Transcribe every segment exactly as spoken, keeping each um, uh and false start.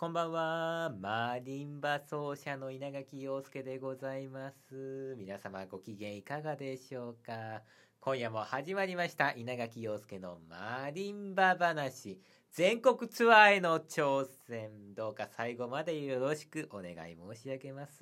こんばんは。マリンバ奏者の稲垣陽介でございます。皆様ご機嫌いかがでしょうか。今夜も始まりました稲垣陽介のマリンバ話。全国ツアーへの挑戦。どうか最後までよろしくお願い申し上げます。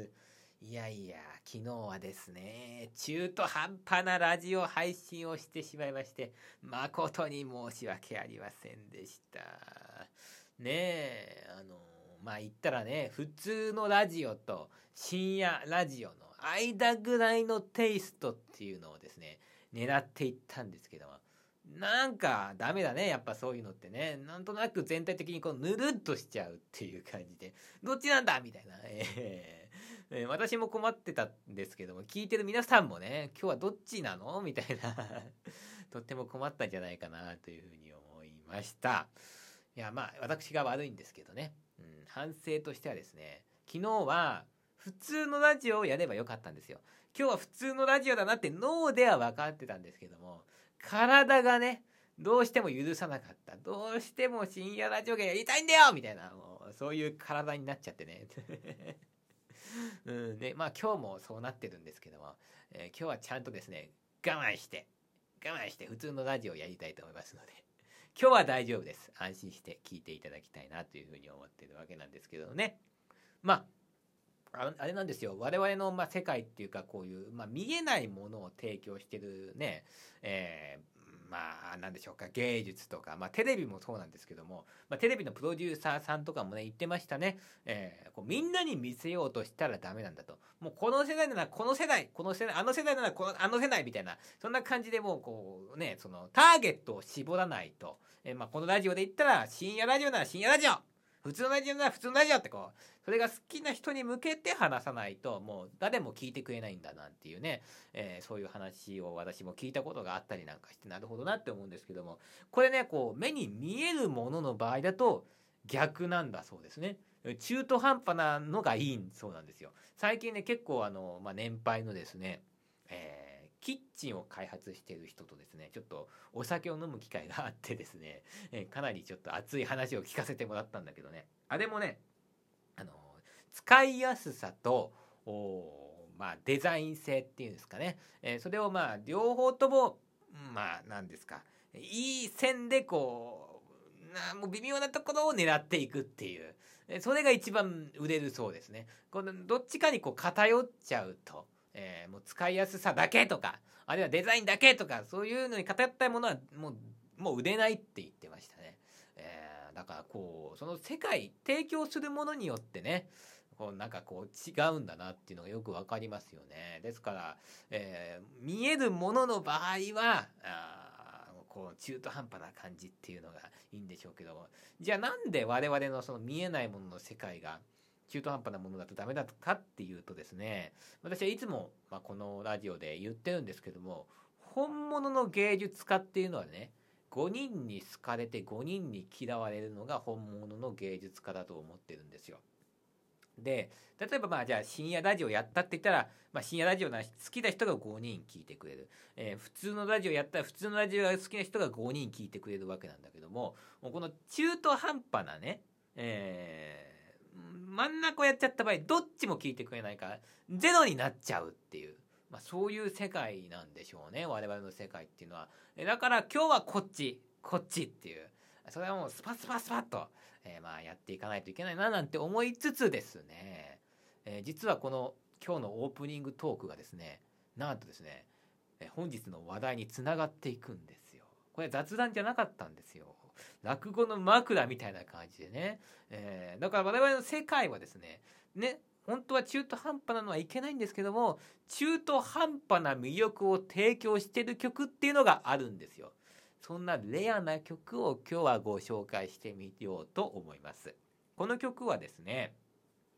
いやいや、昨日はですね、中途半端なラジオ配信をしてしまいまして、誠に申し訳ありませんでした。ねえ、あの、まあ言ったらね、普通のラジオと深夜ラジオの間ぐらいのテイストっていうのをですね、狙っていったんですけども、なんかダメだね、やっぱそういうのってね。なんとなく全体的にこうぬるっとしちゃうっていう感じで、どっちなんだみたいな、えーえー私も困ってたんですけども、聞いてる皆さんもね、今日はどっちなのみたいなとっても困ったんじゃないかなというふうに思いました。いや、まあ私が悪いんですけどね、うん、反省としてはですね、昨日は普通のラジオをやればよかったんですよ。今日は普通のラジオだなって脳では分かってたんですけども、体がね、どうしても許さなかった。どうしても深夜ラジオがやりたいんだよみたいな、もうそういう体になっちゃってね。うん、で、まあ今日もそうなってるんですけども、えー今日はちゃんとですね、我慢して、我慢して普通のラジオをやりたいと思いますので、今日は大丈夫です。安心して聞いていただきたいなというふうに思ってるわけなんですけどね。まあ、ああれなんですよ。我々のまあ世界っていうか、こういう、まあ、見えないものを提供してるね、えーまあ、なんでしょうか、芸術とか、まあ、テレビもそうなんですけども、まあ、テレビのプロデューサーさんとかもね、言ってましたね。えーこうみんなに見せようとしたらダメなんだと。もうこの世代ならこの世代、この世代、あの世代ならこのあの世代みたいな、そんな感じでもうこうね、そのターゲットを絞らないと、えーまあ、このラジオで言ったら、深夜ラジオなら深夜ラジオ普通のラジオなら普通のラジオってこう、それが好きな人に向けて話さないともう誰も聞いてくれないんだなんていうね、えーそういう話を私も聞いたことがあったりなんかして、なるほどなって思うんですけども、これね、こう目に見えるものの場合だと逆なんだそうですね。中途半端なのがいいそうなんですよ。最近ね、結構あの、まあ、年配のですね、えーキッチンを開発している人とですね、ちょっとお酒を飲む機会があってですね、えーかなりちょっと熱い話を聞かせてもらったんだけどね、あれもね、あの使いやすさとおまあデザイン性っていうんですかね、えーそれをまあ両方ともまあ何ですか、いい線でこうなもう微妙なところを狙っていくっていう、えそれが一番売れるそうですね。このどっちかにこう偏っちゃうと、えーもう使いやすさだけとか、あるいはデザインだけとか、そういうのに偏ったものはもうもう売れないって言ってましたね。えーだからこうその世界提供するものによってね、こうなんかこう違うんだなっていうのがよくわかりますよね。ですから、えー見えるものの場合はあーこう中途半端な感じっていうのがいいんでしょうけども、じゃあなんで我々のその見えないものの世界が中途半端なものだとダメだかっていうとですね、私はいつも、まあ、このラジオで言ってるんですけども、本物の芸術家っていうのはね、ごにんに好かれてごにんに嫌われるのが本物の芸術家だと思ってるんですよ。で、例えばまあじゃあ深夜ラジオやったって言ったら、まあ、深夜ラジオな好きな人がごにん聞いてくれる、えー普通のラジオやったら普通のラジオが好きな人がごにん聞いてくれるわけなんだけども、もうこの中途半端なね、えー真ん中をやっちゃった場合どっちも聞いてくれないからゼロになっちゃうっていう、まあ、そういう世界なんでしょうね、我々の世界っていうのは。えだから今日はこっちこっちっていう、それはもうスパスパスパッと、えーまあやっていかないといけないななんて思いつつですね、えー実はこの今日のオープニングトークがですね、なんとですね、えー本日の話題につながっていくんですよ。これ雑談じゃなかったんですよ。落語の枕みたいな感じでね、えーだから我々の世界はですね、ね、本当は中途半端なのはいけないんですけども、中途半端な魅力を提供してる曲っていうのがあるんですよ。そんなレアな曲を今日はご紹介してみようと思います。この曲はですね、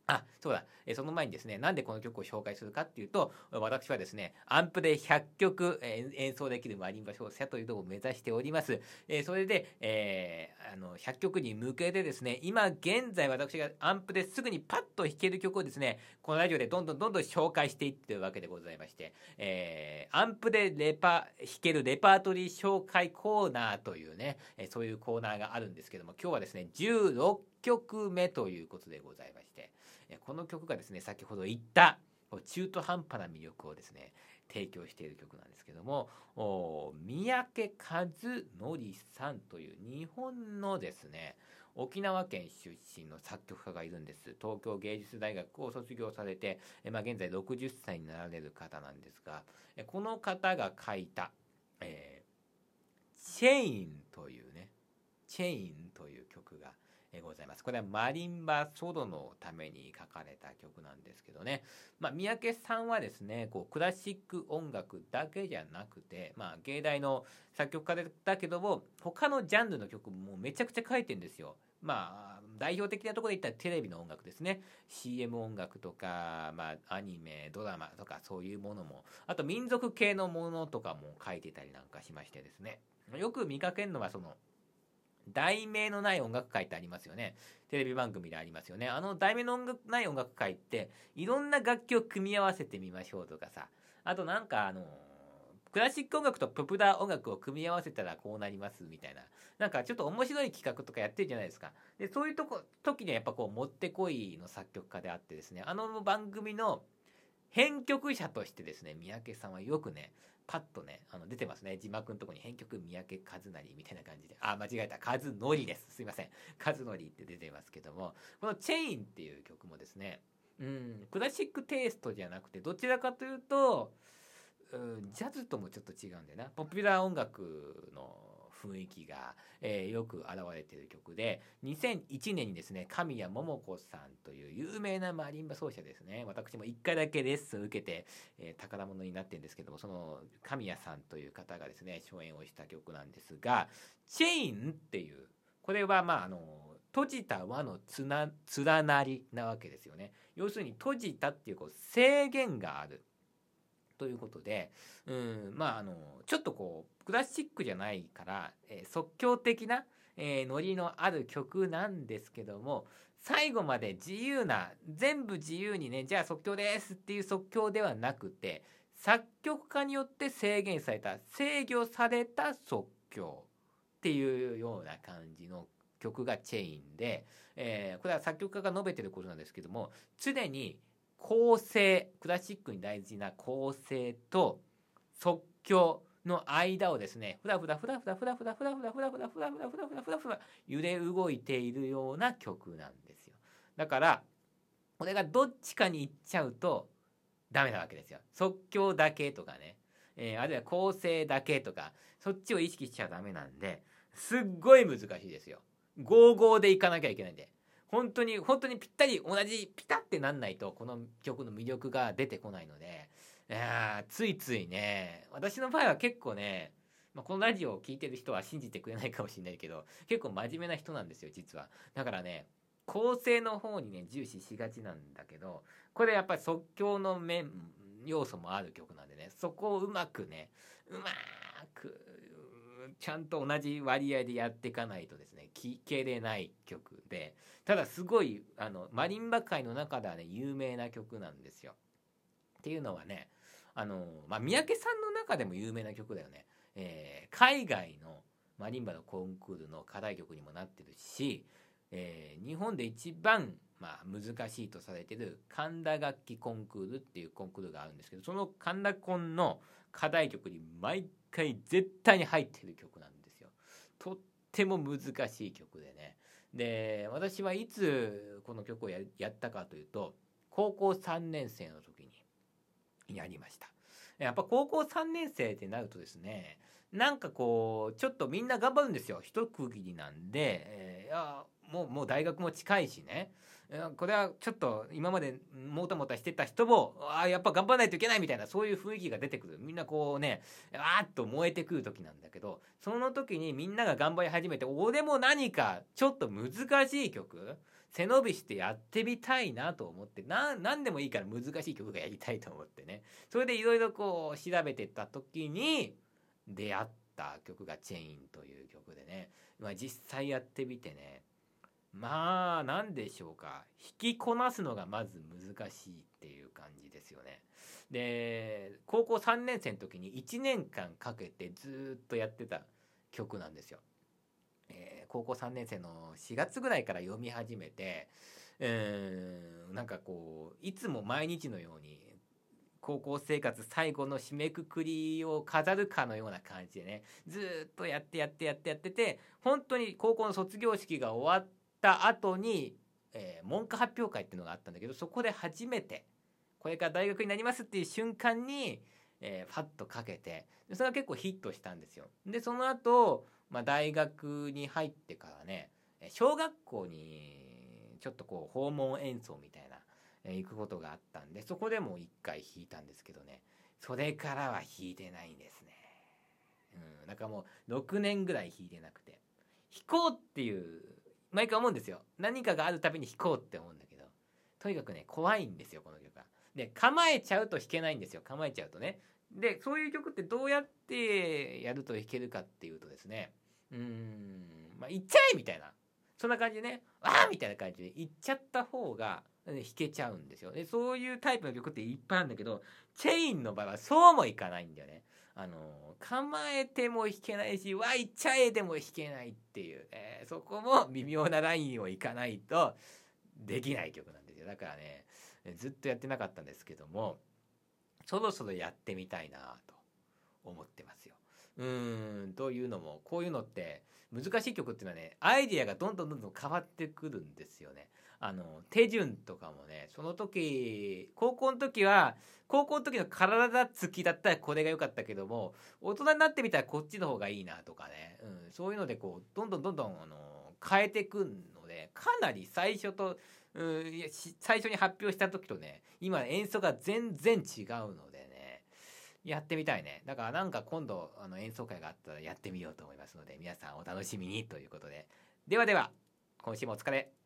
あ、そうだ、えーその前にですね、なんでこの曲を紹介するかっていうと、私はですね、アンプでひゃっきょく、えー演奏できるマリンバ奏者というのを目指しております。えーそれで、えーあのひゃっきょくに向けてですね、今現在私がアンプですぐにパッと弾ける曲をですね、このラジオでどんどんどんどん紹介していってるわけでございまして、えーアンプでレパ弾けるレパートリー紹介コーナーというね、えーそういうコーナーがあるんですけども、今日はですね、じゅうろっきょくめということでございまして、この曲がですね、先ほど言った中途半端な魅力をですね、提供している曲なんですけども、三宅和則さんという日本のですね、沖縄県出身の作曲家がいるんです。東京芸術大学を卒業されて、まあ、現在ろくじゅっさいになられる方なんですが、この方が書いた、えー、チェインというね、チェインという曲がございます。これはマリンバソロのために書かれた曲なんですけどね、まあ、三宅さんはですね、こうクラシック音楽だけじゃなくて、まあ、芸大の作曲家だけども、他のジャンルの曲もめちゃくちゃ書いてるんですよ。まあ、代表的なところで言ったらテレビの音楽ですね。シーエム 音楽とか、まあ、アニメ、ドラマとかそういうものも、あと民族系のものとかも書いてたりなんかしましてですね、よく見かけるのはその題名のない音楽会ってありますよね。テレビ番組でありますよね。あの題名の音楽ない音楽会っていろんな楽器を組み合わせてみましょうとかさ、あとなんかあのクラシック音楽とポピュラー音楽を組み合わせたらこうなりますみたいな、なんかちょっと面白い企画とかやってるじゃないですか。でそういうとこ時にはやっぱこうもってこいの作曲家であってですね、あの番組の編曲者としてですね、三宅さんはよくね、パッとね、あの出てますね。字幕のところに編曲三宅和成みたいな感じで。あ、間違えた。和則です。すいません。和則って出てますけども、このチェインっていう曲もですね、うん、クラシックテイストじゃなくて、どちらかというと、うん、ジャズともちょっと違うんだよな。ポピュラー音楽の雰囲気が、えー、よく現れている曲で、にせんいちねんにですね、神谷桃子さんという有名なマリンバ奏者ですね、私もいっかいだけレッスン受けて、えー、宝物になってるんですけども、その神谷さんという方がですね、初演をした曲なんですが、チェインっていう、これはまああの閉じた輪のつな連なりなわけですよね。要するに閉じたっていうこう制限があるということで、うん、まああのちょっとこうクラシックじゃないから、えー、即興的な、えー、ノリのある曲なんですけども、最後まで自由な、全部自由にね、じゃあ即興ですっていう即興ではなくて、作曲家によって制限された、制御された即興っていうような感じの曲がチェインで、えー、これは作曲家が述べてることなんですけども、常に構成、クラシックに大事な構成と即興の間をですね、ふらふらふらふらふらふらふらふらふらふらふらふらふらふらふらふら揺れ動いているような曲なんですよ。だからこれがどっちかに行っちゃうとダメなわけですよ。即興だけとかね、えー、あるいは構成だけとか、そっちを意識しちゃダメなんで、すっごい難しいですよ。ゴーゴーでいかなきゃいけないんで。本当に本当にぴったり同じピタってなんないとこの曲の魅力が出てこないので、いやついついね、私の場合は結構ね、まあ、このラジオを聞いてる人は信じてくれないかもしれないけど、結構真面目な人なんですよ実は。だからね、構成の方にね重視しがちなんだけど、これやっぱり即興の面要素もある曲なんでね、そこをうまくね、うまくちゃんと同じ割合でやっていかないとですね、聴けれない曲で、ただすごいあのマリンバ界の中ではね有名な曲なんですよ。っていうのはね、あのまあ三宅さんの中でも有名な曲だよね。えー、海外のマリンバのコンクールの課題曲にもなってるし、えー、日本で一番、まあ、難しいとされてる神田楽器コンクールっていうコンクールがあるんですけど、その神田コンの課題曲に毎回絶対に入ってる曲なんですよ。とっても難しい曲でね。で、私はいつこの曲を や, やったかというと、高校さんねん生の時にやりました。やっぱ高校さんねん生ってなるとですね、なんかこうちょっとみんな頑張るんですよ。一区切りなんで、えー、いやもうもう大学も近いしね、これはちょっと今までもたもたしてた人もあやっぱ頑張らないといけないみたいな、そういう雰囲気が出てくる。みんなこうねわーっと燃えてくる時なんだけど、その時にみんなが頑張り始めて、俺も何かちょっと難しい曲背伸びしてやってみたいなと思って、な何でもいいから難しい曲がやりたいと思ってね、それでいろいろこう調べてった時に出会った曲がチェインという曲でね、まあ、実際やってみてね、まあ何でしょうか、弾きこなすのがまず難しいっていう感じですよね。で高校さんねん生の時にいちねんかんかけてずっとやってた曲なんですよ。えー、高校さんねん生のしがつぐらいから読み始めて、えー、なんかこういつも毎日のように高校生活最後の締めくくりを飾るかのような感じでね、ずっとやってやってやってやってて、本当に高校の卒業式が終わった後に、えー、文科発表会っていうのがあったんだけど、そこで初めてこれから大学になりますっていう瞬間に、えー、ファッとかけて、それは結構ヒットしたんですよ。でその後、まあ大学に入ってからね、小学校にちょっとこう訪問演奏みたいな行くことがあったんで、そこでも一回弾いたんですけどね、それからは弾いてないんですね。うん、なんかもうろくねんぐらい弾いてなくて、弾こうっていう毎回思うんですよ。何かがあるたびに弾こうって思うんだけど、とにかくね怖いんですよこの曲は。で構えちゃうと弾けないんですよ、構えちゃうとね。でそういう曲ってどうやってやると弾けるかっていうとですね、うーんまあいっちゃえみたいな、そんな感じでね、わーみたいな感じでいっちゃった方が弾けちゃうんですよ。でそういうタイプの曲っていっぱいあるんだけど、チェインの場合はそうもいかないんだよね。あの構えても弾けないし、わいっちゃえでも弾けないっていう、えー、そこも微妙なラインをいかないとできない曲なんですよ。だからねずっとやってなかったんですけども、そろそろやってみたいなと思ってますよ。うーんというのも、こういうのって難しい曲っていうのはね、アイディアがどんどんどんどん変わってくるんですよね。あの手順とかもね、その時高校の時は高校の時の体つきだったらこれが良かったけども、大人になってみたらこっちの方がいいなとかね、うん、そういうのでこうどんどんどんどんあの変えてくんので、かなり最初と、うん、いや最初に発表した時とね今演奏が全然違うのでね、やってみたいね。だからなんか今度あの演奏会があったらやってみようと思いますので、皆さんお楽しみにということで、ではでは今週もお疲れ。